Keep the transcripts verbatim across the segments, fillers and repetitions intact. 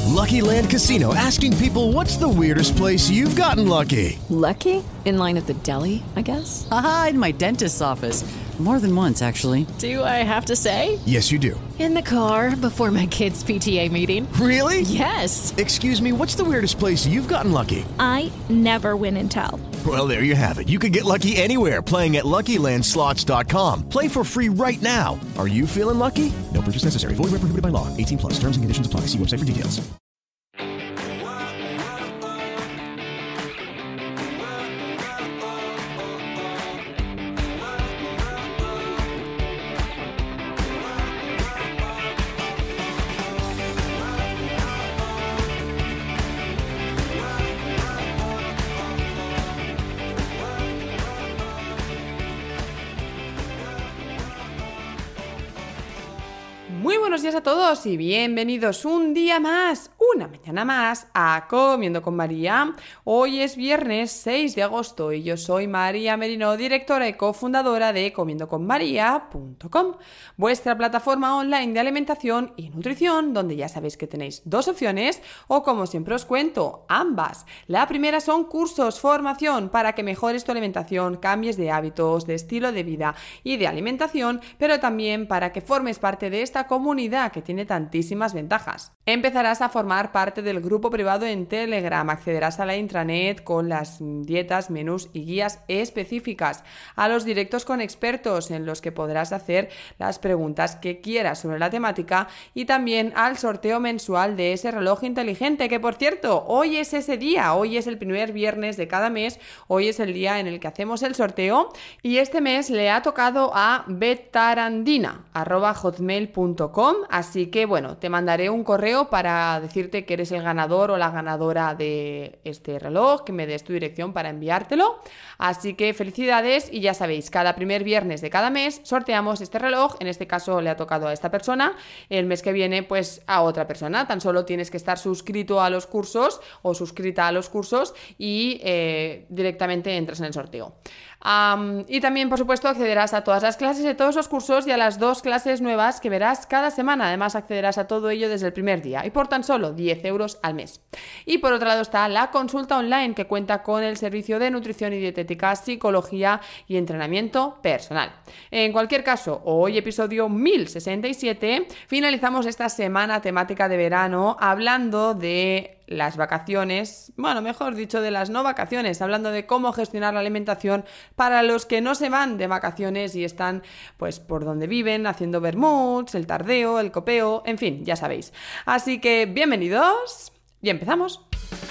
Lucky Land Casino, asking people, what's the weirdest place you've gotten lucky? Lucky? In line at the deli, I guess? Aha, in my dentist's office. More than once, actually. Do I have to say? Yes, you do. In the car before my kids' P T A meeting. Really? Yes. Excuse me, what's the weirdest place you've gotten lucky? I never win and tell. Well, there you have it. You can get lucky anywhere, playing at Lucky Land Slots dot com. Play for free right now. Are you feeling lucky? No purchase necessary. Void where prohibited by law. eighteen plus. Terms and conditions apply. See website for details. Muy buenos días a todos y bienvenidos un día más, una mañana más a Comiendo con María. Hoy es viernes seis de agosto y yo soy María Merino, directora y cofundadora de comiendo con maría punto com, vuestra plataforma online de alimentación y nutrición, donde ya sabéis que tenéis dos opciones o, como siempre os cuento, ambas. La primera son cursos, formación para que mejores tu alimentación, cambies de hábitos, de estilo de vida y de alimentación, pero también para que formes parte de esta comunidad que tiene tantísimas ventajas. Empezarás a formar parte del grupo privado en Telegram, accederás a la intranet con las dietas, menús y guías específicas, a los directos con expertos en los que podrás hacer las preguntas que quieras sobre la temática y también al sorteo mensual de ese reloj inteligente, que por cierto, hoy es ese día, hoy es el primer viernes de cada mes, hoy es el día en el que hacemos el sorteo y este mes le ha tocado a betarandina arroba hotmail punto com, así que bueno, te mandaré un correo para decirte que eres el ganador o la ganadora de este reloj, que me des tu dirección para enviártelo, así que felicidades y ya sabéis, cada primer viernes de cada mes sorteamos este reloj, en este caso le ha tocado a esta persona, el mes que viene pues a otra persona, tan solo tienes que estar suscrito a los cursos o suscrita a los cursos y eh, directamente entras en el sorteo. Um, y también, por supuesto, accederás a todas las clases de todos los cursos y a las dos clases nuevas que verás cada semana. Además, accederás a todo ello desde el primer día y por tan solo diez euros al mes. Y por otro lado está la consulta online, que cuenta con el servicio de nutrición y dietética, psicología y entrenamiento personal. En cualquier caso, hoy episodio mil sesenta y siete, finalizamos esta semana temática de verano hablando de las vacaciones, bueno, mejor dicho, de las no vacaciones, hablando de cómo gestionar la alimentación para los que no se van de vacaciones y están pues por donde viven, haciendo vermuts, el tardeo, el copeo, en fin, ya sabéis. Así que bienvenidos y empezamos.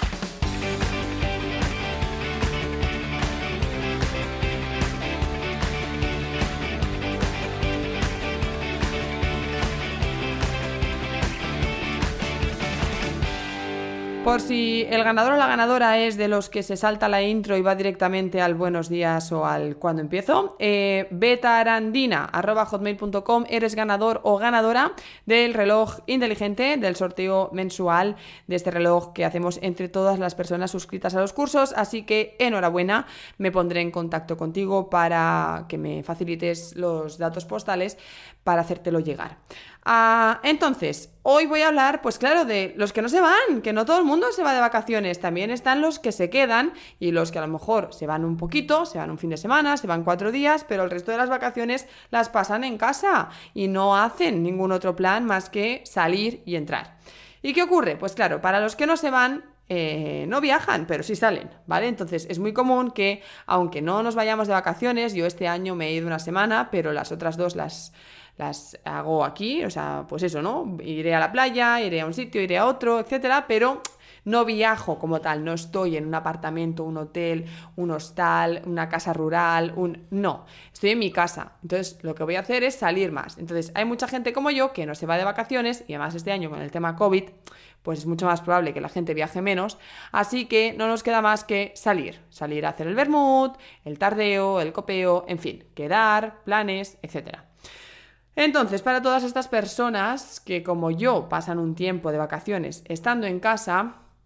Por si el ganador o la ganadora es de los que se salta la intro y va directamente al buenos días o al cuando empiezo, eh, betarandina arroba hotmail punto com, eres ganador o ganadora del reloj inteligente, del sorteo mensual de este reloj que hacemos entre todas las personas suscritas a los cursos, así que enhorabuena, me pondré en contacto contigo para que me facilites los datos postales para hacértelo llegar. Ah, entonces, hoy voy a hablar, pues claro, de los que no se van, que no todo el mundo se va de vacaciones, también están los que se quedan y los que a lo mejor se van un poquito, se van un fin de semana, se van cuatro días, pero el resto de las vacaciones las pasan en casa y no hacen ningún otro plan más que salir y entrar. ¿Y qué ocurre? Pues claro, para los que no se van, Eh, no viajan, pero sí salen, ¿vale? Entonces es muy común que, aunque no nos vayamos de vacaciones, yo este año me he ido una semana, pero las otras dos las, las hago aquí, o sea, pues eso, ¿no? Iré a la playa, iré a un sitio, iré a otro, etcétera, pero no viajo como tal, no estoy en un apartamento, un hotel, un hostal, una casa rural, un... no, estoy en mi casa. Entonces lo que voy a hacer es salir más. Entonces hay mucha gente como yo que no se va de vacaciones y además este año con el tema COVID pues es mucho más probable que la gente viaje menos, así que no nos queda más que salir, salir a hacer el vermut, el tardeo, el copeo, en fin, quedar, planes, etcétera. Entonces, para todas estas personas que como yo pasan un tiempo de vacaciones estando en casa,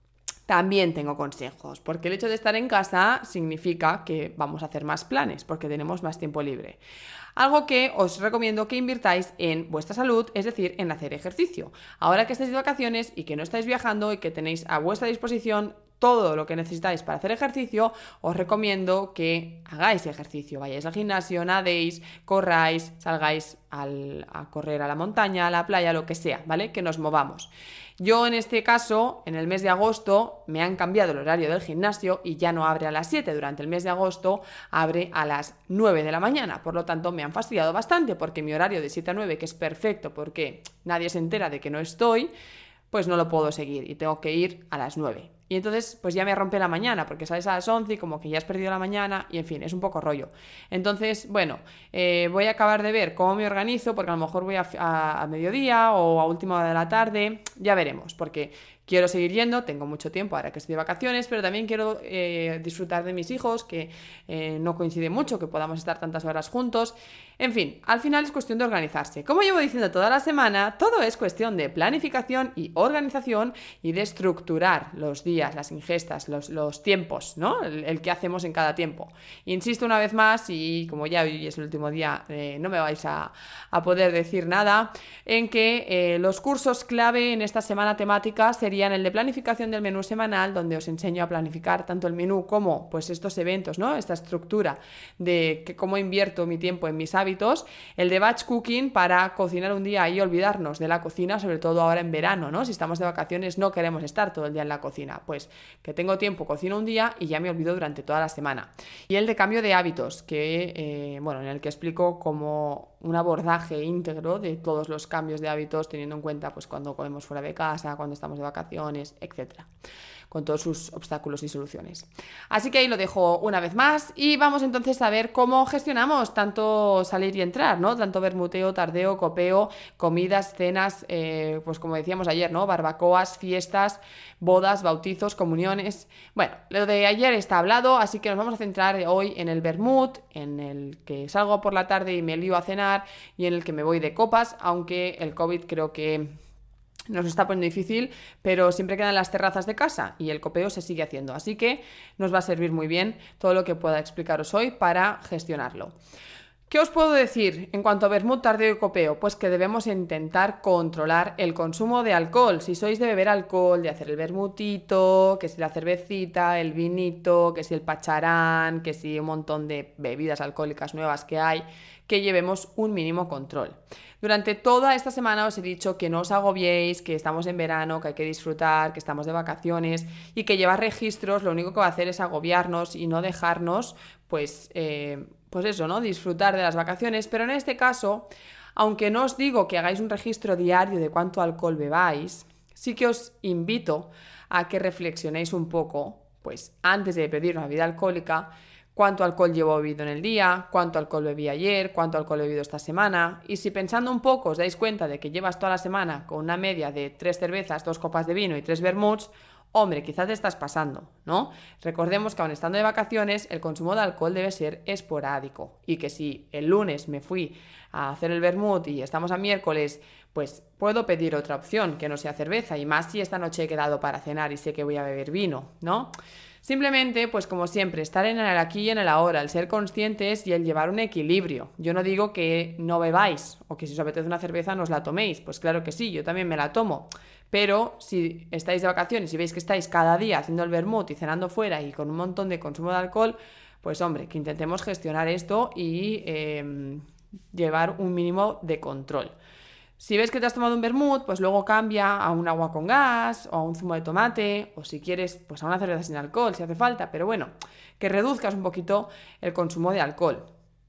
también tengo consejos, porque el hecho de estar en casa significa que vamos a hacer más planes, porque tenemos más tiempo libre. Algo que os recomiendo que invirtáis en vuestra salud, es decir, en hacer ejercicio. Ahora que estáis de vacaciones y que no estáis viajando y que tenéis a vuestra disposición todo lo que necesitáis para hacer ejercicio, os recomiendo que hagáis ejercicio, vayáis al gimnasio, nadéis, corráis, salgáis al, a correr a la montaña, a la playa, lo que sea, ¿vale? Que nos movamos. Yo en este caso, en el mes de agosto, me han cambiado el horario del gimnasio y ya no abre a las siete. Durante el mes de agosto abre a las nueve de la mañana. Por lo tanto, me han fastidiado bastante porque mi horario de siete a nueve, que es perfecto porque nadie se entera de que no estoy, pues no lo puedo seguir y tengo que ir a las nueve. Y entonces pues ya me rompe la mañana porque sales a las once y como que ya has perdido la mañana y en fin, es un poco rollo. Entonces, bueno, eh, voy a acabar de ver cómo me organizo porque a lo mejor voy a, a, a mediodía o a última hora de la tarde, ya veremos, porque quiero seguir yendo, tengo mucho tiempo ahora que estoy de vacaciones, pero también quiero eh, disfrutar de mis hijos, que eh, no coincide mucho que podamos estar tantas horas juntos. En fin, al final es cuestión de organizarse. Como llevo diciendo toda la semana, todo es cuestión de planificación y organización y de estructurar los días, las ingestas, los, los tiempos, ¿no? El, el que hacemos en cada tiempo. Insisto una vez más, y como ya hoy es el último día, eh, no me vais a, a poder decir nada, en que eh, los cursos clave en esta semana temática serían el de planificación del menú semanal, donde os enseño a planificar tanto el menú como pues estos eventos, ¿no? Esta estructura de que, cómo invierto mi tiempo en mis hábitos. El de batch cooking para cocinar un día y olvidarnos de la cocina, sobre todo ahora en verano, ¿no? Si estamos de vacaciones no queremos estar todo el día en la cocina. Pues que tengo tiempo, cocino un día y ya me olvido durante toda la semana. Y el de cambio de hábitos, que eh, bueno, en el que explico como un abordaje íntegro de todos los cambios de hábitos, teniendo en cuenta pues cuando comemos fuera de casa, cuando estamos de vacaciones, etcétera, con todos sus obstáculos y soluciones. Así que ahí lo dejo una vez más y vamos entonces a ver cómo gestionamos tanto salir y entrar, ¿no? Tanto bermuteo, tardeo, copeo, comidas, cenas, eh, pues como decíamos ayer, ¿no? Barbacoas, fiestas, bodas, bautizos, comuniones. Bueno, lo de ayer está hablado, así que nos vamos a centrar hoy en el vermut, en el que salgo por la tarde y me lío a cenar y en el que me voy de copas, aunque el COVID creo que nos está poniendo difícil, pero siempre quedan las terrazas de casa y el copeo se sigue haciendo. Así que nos va a servir muy bien todo lo que pueda explicaros hoy para gestionarlo. ¿Qué os puedo decir en cuanto a vermut, tardeo y copeo? Pues que debemos intentar controlar el consumo de alcohol. Si sois de beber alcohol, de hacer el vermutito, que si la cervecita, el vinito, que si el pacharán, que si un montón de bebidas alcohólicas nuevas que hay, que llevemos un mínimo control. Durante toda esta semana os he dicho que no os agobiéis, que estamos en verano, que hay que disfrutar, que estamos de vacaciones y que llevar registros lo único que va a hacer es agobiarnos y no dejarnos, pues, eh, pues eso, ¿no? Disfrutar de las vacaciones. Pero en este caso, aunque no os digo que hagáis un registro diario de cuánto alcohol bebáis, sí que os invito a que reflexionéis un poco, pues antes de pedir una bebida alcohólica, cuánto alcohol llevo bebido en el día, cuánto alcohol bebí ayer, cuánto alcohol he bebido esta semana. Y si pensando un poco os dais cuenta de que llevas toda la semana con una media de tres cervezas, dos copas de vino y tres vermuts, hombre, quizás te estás pasando, ¿no? Recordemos que aun estando de vacaciones, el consumo de alcohol debe ser esporádico y que si el lunes me fui a hacer el vermut y estamos a miércoles, pues puedo pedir otra opción que no sea cerveza, y más si esta noche he quedado para cenar y sé que voy a beber vino, ¿no? Simplemente, pues como siempre, estar en el aquí y en el ahora, el ser conscientes y el llevar un equilibrio. Yo no digo que no bebáis o que si os apetece una cerveza no os la toméis, pues claro que sí, yo también me la tomo. Pero si estáis de vacaciones y veis que estáis cada día haciendo el vermut y cenando fuera y con un montón de consumo de alcohol, pues hombre, que intentemos gestionar esto y eh, llevar un mínimo de control. Si ves que te has tomado un vermut, pues luego cambia a un agua con gas o a un zumo de tomate, o si quieres, pues a una cerveza sin alcohol, si hace falta, pero bueno, que reduzcas un poquito el consumo de alcohol.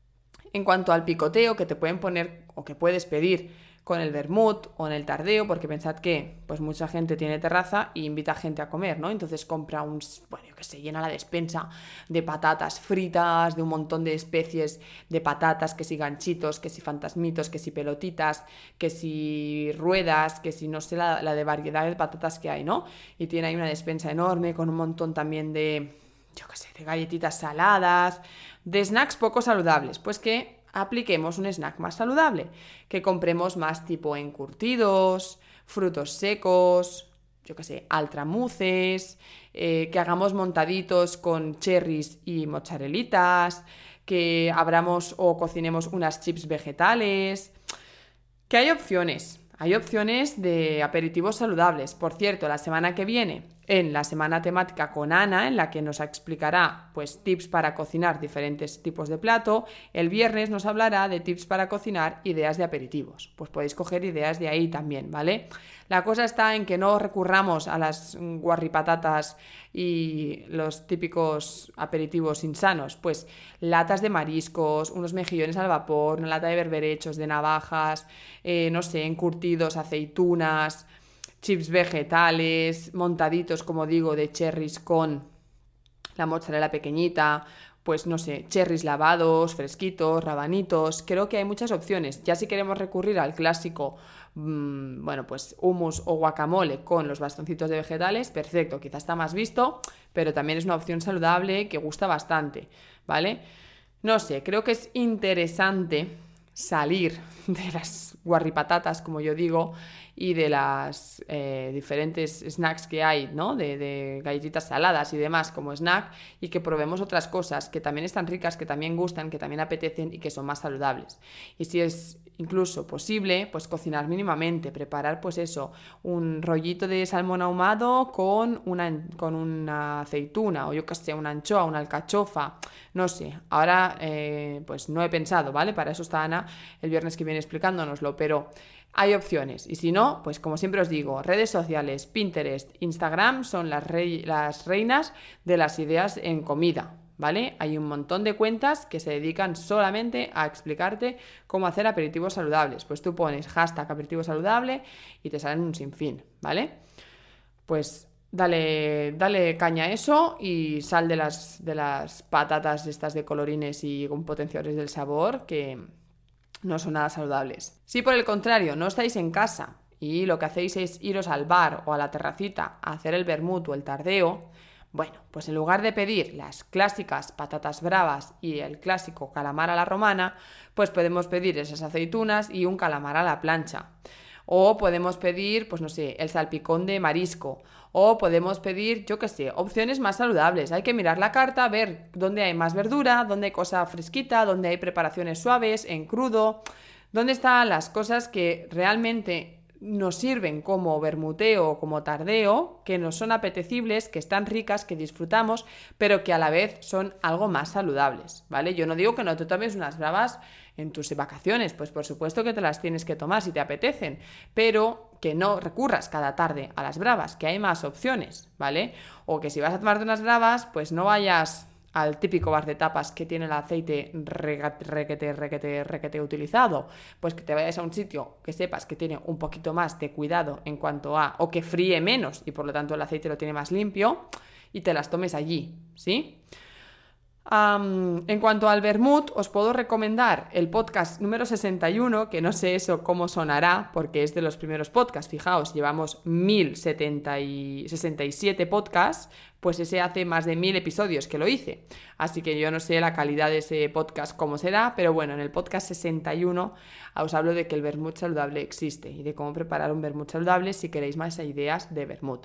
En cuanto al picoteo que te pueden poner o que puedes pedir con el vermut o en el tardeo, porque pensad que pues mucha gente tiene terraza y invita a gente a comer, ¿no? Entonces compra un, bueno, yo qué sé, llena la despensa de patatas fritas, de un montón de especies de patatas, que si ganchitos, que si fantasmitos, que si pelotitas, que si ruedas, que si no sé la, la de variedad de patatas que hay, ¿no? Y tiene ahí una despensa enorme con un montón también de, yo qué sé, de galletitas saladas, de snacks poco saludables, pues que apliquemos un snack más saludable, que compremos más tipo encurtidos, frutos secos, yo qué sé, altramuces, eh, que hagamos montaditos con cherries y mozzarellitas, que abramos o cocinemos unas chips vegetales, que hay opciones. Hay opciones de aperitivos saludables. Por cierto, la semana que viene, en la semana temática con Ana, en la que nos explicará pues, tips para cocinar diferentes tipos de plato, el viernes nos hablará de tips para cocinar ideas de aperitivos. Pues podéis coger ideas de ahí también, ¿vale? La cosa está en que no recurramos a las guarripatatas y los típicos aperitivos insanos, pues latas de mariscos, unos mejillones al vapor, una lata de berberechos, de navajas, eh, no sé, encurtidos, aceitunas, chips vegetales, montaditos, como digo, de cherries con la mozzarella pequeñita, pues no sé, cherries lavados, fresquitos, rabanitos. Creo que hay muchas opciones. Ya si queremos recurrir al clásico, mmm, bueno, pues hummus o guacamole con los bastoncitos de vegetales, perfecto, quizás está más visto, pero también es una opción saludable que gusta bastante, ¿vale? No sé, creo que es interesante salir de las guarripatatas, como yo digo, y de las eh, diferentes snacks que hay, ¿no? De, de galletitas saladas y demás como snack, y que probemos otras cosas que también están ricas, que también gustan, que también apetecen y que son más saludables. Y si es incluso posible, pues cocinar mínimamente, preparar pues eso, un rollito de salmón ahumado con una, con una aceituna, o yo que sé, una anchoa, una alcachofa, no sé. Ahora eh, pues no he pensado, ¿vale? Para eso está Ana el viernes que viene explicándonoslo, pero hay opciones. Y si no, pues como siempre os digo, redes sociales, Pinterest, Instagram son las, rey, las reinas de las ideas en comida, ¿vale? Hay un montón de cuentas que se dedican solamente a explicarte cómo hacer aperitivos saludables. Pues tú pones hashtag aperitivo saludable y te salen un sinfín, ¿vale? Pues dale, dale caña a eso y sal de las, de las patatas estas de colorines y con potenciadores del sabor que no son nada saludables. Si por el contrario no estáis en casa y lo que hacéis es iros al bar o a la terracita a hacer el vermut o el tardeo, bueno, pues en lugar de pedir las clásicas patatas bravas y el clásico calamar a la romana, pues podemos pedir esas aceitunas y un calamar a la plancha. O podemos pedir, pues no sé, el salpicón de marisco. O podemos pedir, yo qué sé, opciones más saludables. Hay que mirar la carta, ver dónde hay más verdura, dónde hay cosa fresquita, dónde hay preparaciones suaves, en crudo, dónde están las cosas que realmente nos sirven como vermuteo o como tardeo, que nos son apetecibles, que están ricas, que disfrutamos, pero que a la vez son algo más saludables, ¿vale? Yo no digo que no te tomes unas bravas en tus vacaciones, pues por supuesto que te las tienes que tomar si te apetecen, pero que no recurras cada tarde a las bravas, que hay más opciones, ¿vale? O que si vas a tomarte unas bravas, pues no vayas al típico bar de tapas que tiene el aceite requete, requete, requete, requete utilizado, pues que te vayas a un sitio que sepas que tiene un poquito más de cuidado en cuanto a, o que fríe menos y por lo tanto el aceite lo tiene más limpio, y te las tomes allí, ¿sí? Um, en cuanto al vermut, os puedo recomendar el podcast número sesenta y uno, que no sé eso cómo sonará, porque es de los primeros podcasts. Fijaos, llevamos mil sesenta y siete podcasts, pues ese hace más de mil episodios que lo hice. Así que yo no sé la calidad de ese podcast cómo será, pero bueno, en el podcast sesenta y uno os hablo de que el vermut saludable existe y de cómo preparar un vermut saludable si queréis más ideas de vermut.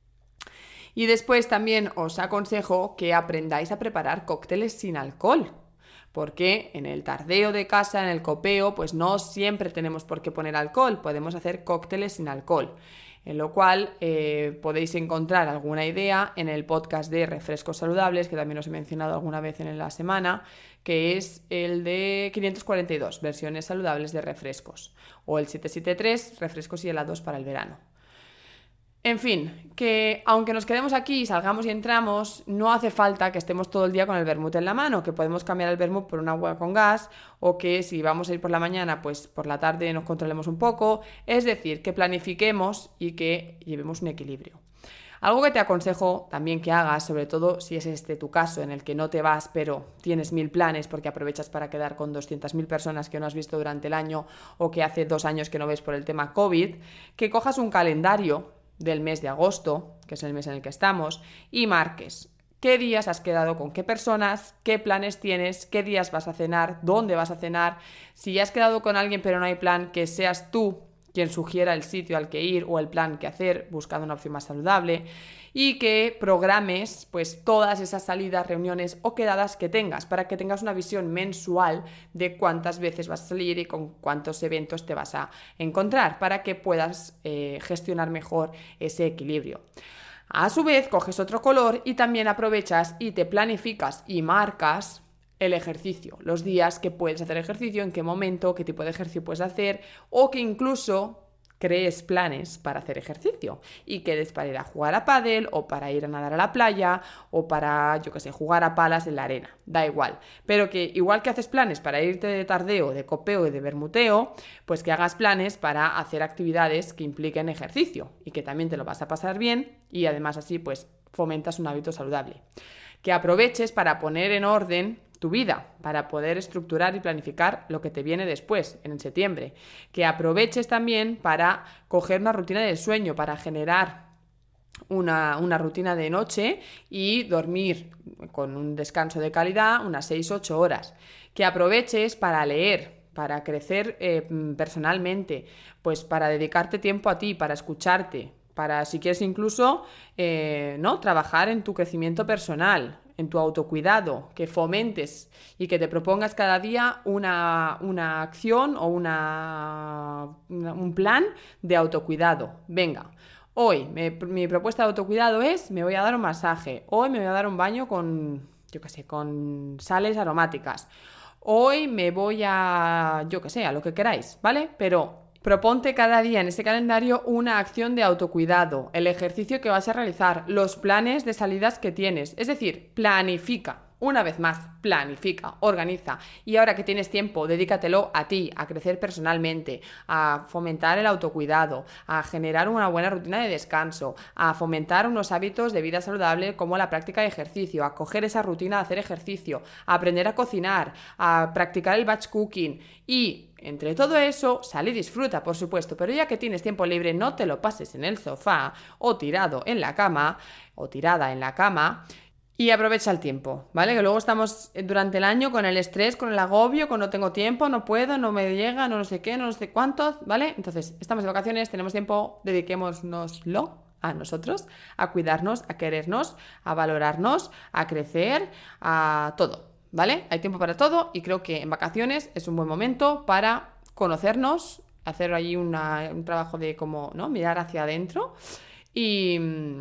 Y después también os aconsejo que aprendáis a preparar cócteles sin alcohol, porque en el tardeo de casa, en el copeo, pues no siempre tenemos por qué poner alcohol, podemos hacer cócteles sin alcohol, en lo cual eh, podéis encontrar alguna idea en el podcast de refrescos saludables, que también os he mencionado alguna vez en la semana, que es el de quinientos cuarenta y dos, versiones saludables de refrescos, o el setecientos setenta y tres, refrescos y helados para el verano. En fin, que aunque nos quedemos aquí y salgamos y entramos, no hace falta que estemos todo el día con el vermut en la mano, que podemos cambiar el vermut por un agua con gas, o que si vamos a ir por la mañana, pues por la tarde nos controlemos un poco. Es decir, que planifiquemos y que llevemos un equilibrio. Algo que te aconsejo también que hagas, sobre todo si es este tu caso en el que no te vas pero tienes mil planes porque aprovechas para quedar con doscientas mil personas que no has visto durante el año o que hace dos años que no ves por el tema COVID, que cojas un calendario del mes de agosto, que es el mes en el que estamos, y marques qué días has quedado con qué personas, qué planes tienes, qué días vas a cenar, dónde vas a cenar. Si ya has quedado con alguien pero no hay plan, que seas tú quien sugiera el sitio al que ir o el plan que hacer, buscando una opción más saludable, y que programes pues todas esas salidas, reuniones o quedadas que tengas para que tengas una visión mensual de cuántas veces vas a salir y con cuántos eventos te vas a encontrar para que puedas eh, gestionar mejor ese equilibrio. A su vez, coges otro color y también aprovechas y te planificas y marcas el ejercicio, los días que puedes hacer ejercicio, en qué momento, qué tipo de ejercicio puedes hacer, o que incluso crees planes para hacer ejercicio y quedes para ir a jugar a pádel o para ir a nadar a la playa o para, yo qué sé, jugar a palas en la arena, da igual, pero que igual que haces planes para irte de tardeo, de copeo y de bermuteo, pues que hagas planes para hacer actividades que impliquen ejercicio y que también te lo vas a pasar bien y además así pues fomentas un hábito saludable. Que aproveches para poner en orden tu vida, para poder estructurar y planificar lo que te viene después, en septiembre. Que aproveches también para coger una rutina de sueño, para generar una, una rutina de noche y dormir con un descanso de calidad unas seis a ocho horas. Que aproveches para leer, para crecer eh, personalmente, pues para dedicarte tiempo a ti, para escucharte, para si quieres incluso eh, ¿no? trabajar en tu crecimiento personal, en tu autocuidado, que fomentes y que te propongas cada día una, una acción o una, una, un plan de autocuidado. Venga, hoy me, mi propuesta de autocuidado es, me voy a dar un masaje, hoy me voy a dar un baño con, yo qué sé, con sales aromáticas, hoy me voy a, yo qué sé, a lo que queráis, ¿vale? Pero proponte cada día en ese calendario una acción de autocuidado, el ejercicio que vas a realizar, los planes de salidas que tienes. Es decir, planifica. Una vez más, planifica, organiza. Y ahora que tienes tiempo, dedícatelo a ti, a crecer personalmente, a fomentar el autocuidado, a generar una buena rutina de descanso, a fomentar unos hábitos de vida saludable como la práctica de ejercicio, a coger esa rutina de hacer ejercicio, a aprender a cocinar, a practicar el batch cooking y entre todo eso, sal y disfruta, por supuesto, pero ya que tienes tiempo libre, no te lo pases en el sofá o tirado en la cama o tirada en la cama y aprovecha el tiempo, ¿vale? Que luego estamos durante el año con el estrés, con el agobio, con no tengo tiempo, no puedo, no me llega, no, no sé qué, no sé cuántos, ¿vale? Entonces, estamos de vacaciones, tenemos tiempo, dediquémonoslo a nosotros, a cuidarnos, a querernos, a valorarnos, a crecer, a todo. ¿Vale? Hay tiempo para todo y creo que en vacaciones es un buen momento para conocernos, hacer allí una, un trabajo de como, ¿no? Mirar hacia adentro y,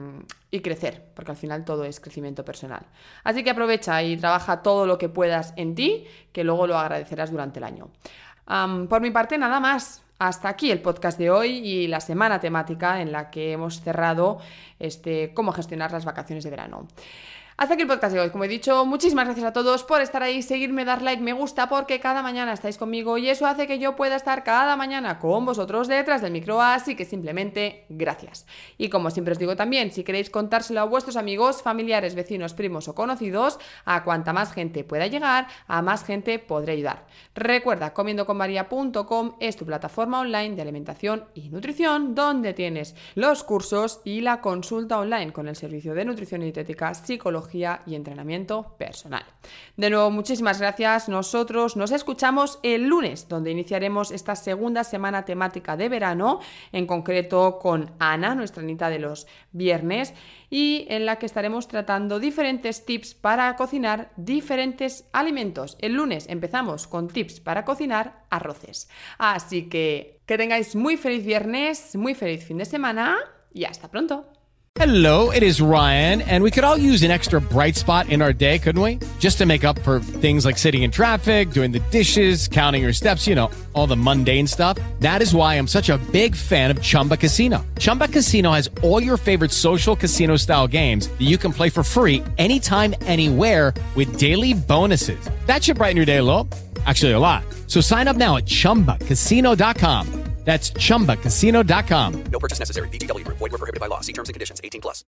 y crecer, porque al final todo es crecimiento personal. Así que aprovecha y trabaja todo lo que puedas en ti, que luego lo agradecerás durante el año. Um, por mi parte, nada más. Hasta aquí el podcast de hoy y la semana temática en la que hemos cerrado este cómo gestionar las vacaciones de verano. Hasta aquí el podcast de hoy. Como he dicho, muchísimas gracias a todos por estar ahí, seguirme, dar like, me gusta, porque cada mañana estáis conmigo y eso hace que yo pueda estar cada mañana con vosotros detrás del micro, así que simplemente gracias. Y como siempre os digo también, si queréis contárselo a vuestros amigos, familiares, vecinos, primos o conocidos, a cuanta más gente pueda llegar, a más gente podré ayudar. Recuerda, comiendo con maría punto com es tu plataforma online de alimentación y nutrición, donde tienes los cursos y la consulta online con el servicio de nutrición y dietética, psicología y entrenamiento personal. De nuevo, muchísimas gracias. Nosotros nos escuchamos el lunes, donde iniciaremos esta segunda semana temática de verano, en concreto con Ana, nuestra Anita de los viernes, y en la que estaremos tratando diferentes tips para cocinar diferentes alimentos. El lunes empezamos con tips para cocinar arroces. Así que que tengáis muy feliz viernes, muy feliz fin de semana y hasta pronto. Hello, it is Ryan, and we could all use an extra bright spot in our day, couldn't we? Just to make up for things like sitting in traffic, doing the dishes, counting your steps, you know, all the mundane stuff. That is why I'm such a big fan of Chumba Casino. Chumba Casino has all your favorite social casino-style games that you can play for free anytime, anywhere with daily bonuses. That should brighten your day a little. Actually, a lot. So sign up now at chumba casino dot com. That's chumba casino dot com. No purchase necessary. V G W Group. Void where prohibited by law. See terms and conditions. eighteen plus.